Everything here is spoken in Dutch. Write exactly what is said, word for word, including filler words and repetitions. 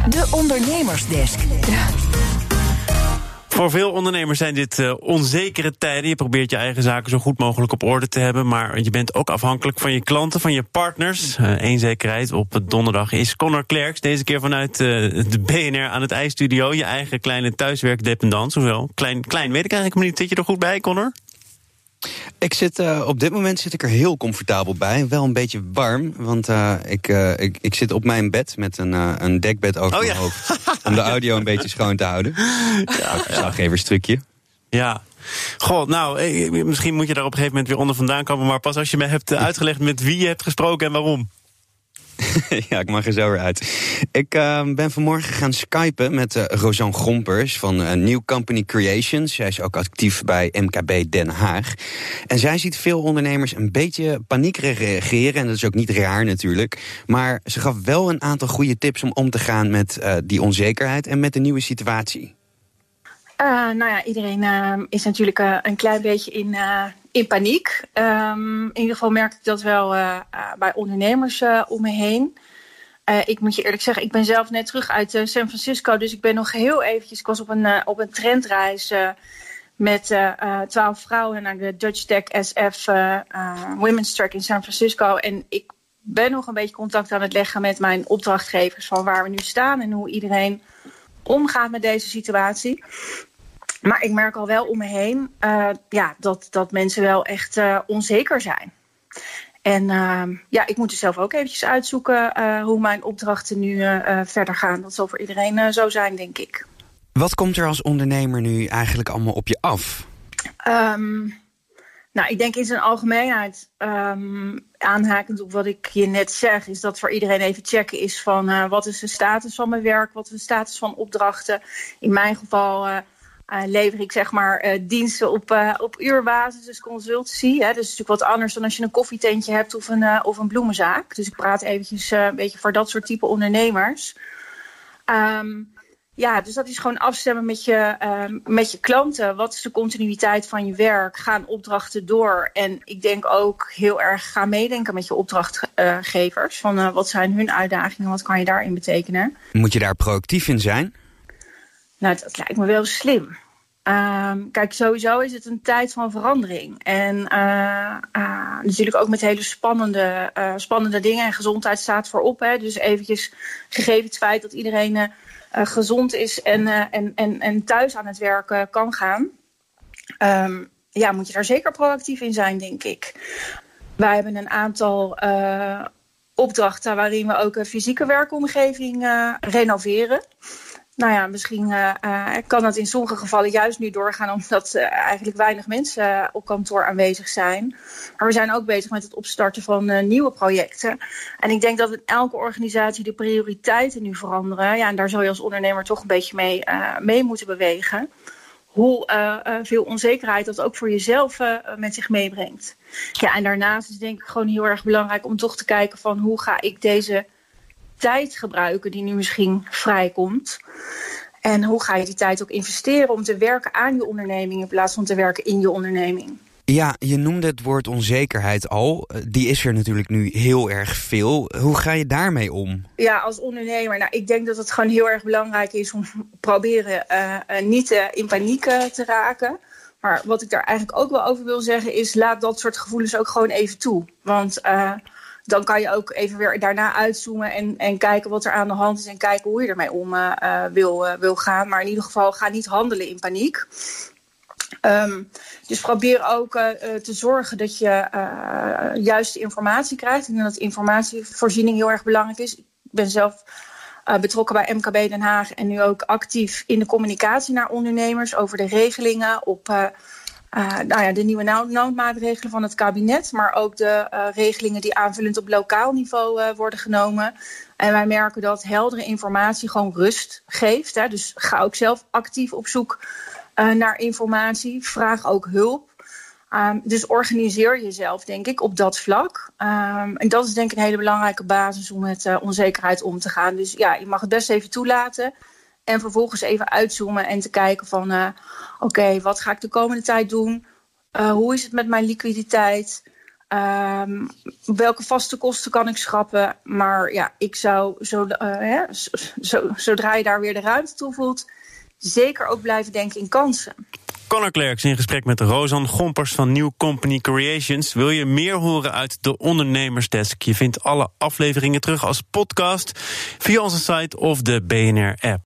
De Ondernemersdesk. Ja. Voor veel ondernemers zijn dit uh, onzekere tijden. Je probeert je eigen zaken zo goed mogelijk op orde te hebben, maar je bent ook afhankelijk van je klanten, van je partners. Eén uh, zekerheid op donderdag is Connor Klerks, deze keer vanuit uh, de B N R aan het IJstudio. Je eigen kleine thuiswerkdependance, hoewel klein, klein weet ik eigenlijk maar niet. Zit je er goed bij, Connor? Ik zit, uh, op dit moment zit ik er heel comfortabel bij. Wel een beetje warm, want uh, ik, uh, ik, ik zit op mijn bed met een, uh, een dekbed over oh, mijn ja. hoofd. Om de audio een beetje schoon te houden. Ja, verslaggeverstrucje. Ja. Goh, nou, misschien moet je daar op een gegeven moment weer onder vandaan komen, maar pas als je me hebt uitgelegd met wie je hebt gesproken en waarom. Ja, ik mag er zo weer uit. Ik uh, ben vanmorgen gaan skypen met uh, Rosanne Gompers van uh, New Company Creations. Zij is ook actief bij M K B Den Haag. En zij ziet veel ondernemers een beetje paniekerig reageren. En dat is ook niet raar natuurlijk. Maar ze gaf wel een aantal goede tips om om te gaan met uh, die onzekerheid en met de nieuwe situatie. Uh, nou ja, iedereen uh, is natuurlijk uh, een klein beetje in, uh, in paniek. Um, in ieder geval merk ik dat wel uh, uh, bij ondernemers uh, om me heen. Uh, ik moet je eerlijk zeggen, ik ben zelf net terug uit uh, San Francisco. Dus ik ben nog heel eventjes, ik was op een, uh, op een trendreis uh, met twaalf uh, uh, vrouwen naar de Dutch Tech S F uh, uh, Women's Track in San Francisco. En ik ben nog een beetje contact aan het leggen met mijn opdrachtgevers van waar we nu staan en hoe iedereen omgaat met deze situatie. Maar ik merk al wel om me heen uh, ja, dat, dat mensen wel echt uh, onzeker zijn. En uh, ja, ik moet er zelf ook eventjes uitzoeken uh, hoe mijn opdrachten nu uh, verder gaan. Dat zal voor iedereen uh, zo zijn, denk ik. Wat komt er als ondernemer nu eigenlijk allemaal op je af? Um, nou, ik denk in zijn algemeenheid, um, aanhakend op wat ik je net zeg, is dat voor iedereen even checken is van uh, wat is de status van mijn werk, wat is de status van opdrachten. In mijn geval uh, uh, lever ik zeg maar uh, diensten op, uh, op uurbasis, dus consultancy. Hè. Dus dat is natuurlijk wat anders dan als je een koffietentje hebt of een, uh, of een bloemenzaak. Dus ik praat eventjes uh, een beetje voor dat soort type ondernemers. Um, Ja, dus dat is gewoon afstemmen met je, uh, met je klanten. Wat is de continuïteit van je werk? Gaan opdrachten door? En ik denk ook heel erg gaan meedenken met je opdrachtgevers. Van uh, wat zijn hun uitdagingen? Wat kan je daarin betekenen? Moet je daar proactief in zijn? Nou, dat lijkt me wel slim. Um, kijk, sowieso is het een tijd van verandering. En uh, uh, natuurlijk ook met hele spannende, uh, spannende dingen. En gezondheid staat voorop. Hè. Dus eventjes gegeven het feit dat iedereen Uh, Uh, gezond is en, uh, en, en, en thuis aan het werken kan gaan. Um, ja, moet je daar zeker proactief in zijn, denk ik. Wij hebben een aantal uh, opdrachten waarin we ook een fysieke werkomgeving uh, renoveren. Nou ja, misschien uh, uh, kan dat in sommige gevallen juist nu doorgaan omdat uh, eigenlijk weinig mensen uh, op kantoor aanwezig zijn. Maar we zijn ook bezig met het opstarten van uh, nieuwe projecten. En ik denk dat in elke organisatie de prioriteiten nu veranderen. Ja, en daar zou je als ondernemer toch een beetje mee, uh, mee moeten bewegen. Hoe uh, uh, veel onzekerheid dat ook voor jezelf uh, met zich meebrengt. Ja, en daarnaast is denk ik gewoon heel erg belangrijk om toch te kijken van hoe ga ik deze tijd gebruiken die nu misschien vrijkomt. En hoe ga je die tijd ook investeren om te werken aan je onderneming in plaats van te werken in je onderneming. Ja, je noemde het woord onzekerheid al. Die is er natuurlijk nu heel erg veel. Hoe ga je daarmee om? Ja, als ondernemer, nou, ik denk dat het gewoon heel erg belangrijk is om proberen uh, uh, niet uh, in paniek uh, te raken. Maar wat ik daar eigenlijk ook wel over wil zeggen is, laat dat soort gevoelens ook gewoon even toe. Want Uh, dan kan je ook even weer daarna uitzoomen en, en kijken wat er aan de hand is en kijken hoe je ermee om uh, wil, uh, wil gaan. Maar in ieder geval, ga niet handelen in paniek. Um, dus probeer ook uh, te zorgen dat je uh, juiste informatie krijgt. Ik denk dat informatievoorziening heel erg belangrijk is. Ik ben zelf uh, betrokken bij M K B Den Haag en nu ook actief in de communicatie naar ondernemers over de regelingen op Uh, Uh, nou ja, de nieuwe noodmaatregelen van het kabinet, maar ook de uh, regelingen die aanvullend op lokaal niveau uh, worden genomen. En wij merken dat heldere informatie gewoon rust geeft. Hè. Dus ga ook zelf actief op zoek uh, naar informatie. Vraag ook hulp. Um, dus organiseer jezelf, denk ik, op dat vlak. Um, en dat is denk ik een hele belangrijke basis om met uh, onzekerheid om te gaan. Dus ja, je mag het best even toelaten. En vervolgens even uitzoomen en te kijken van Uh, Oké, okay, wat ga ik de komende tijd doen? Uh, hoe is het met mijn liquiditeit? Um, welke vaste kosten kan ik schrappen? Maar ja, ik zou, zo, uh, hè, zo, zodra je daar weer de ruimte toe voelt, zeker ook blijven denken in kansen. Conor Clerks in gesprek met Rozan Gompers van New Company Creations. Wil je meer horen uit de Ondernemersdesk? Je vindt alle afleveringen terug als podcast via onze site of de B N R-app.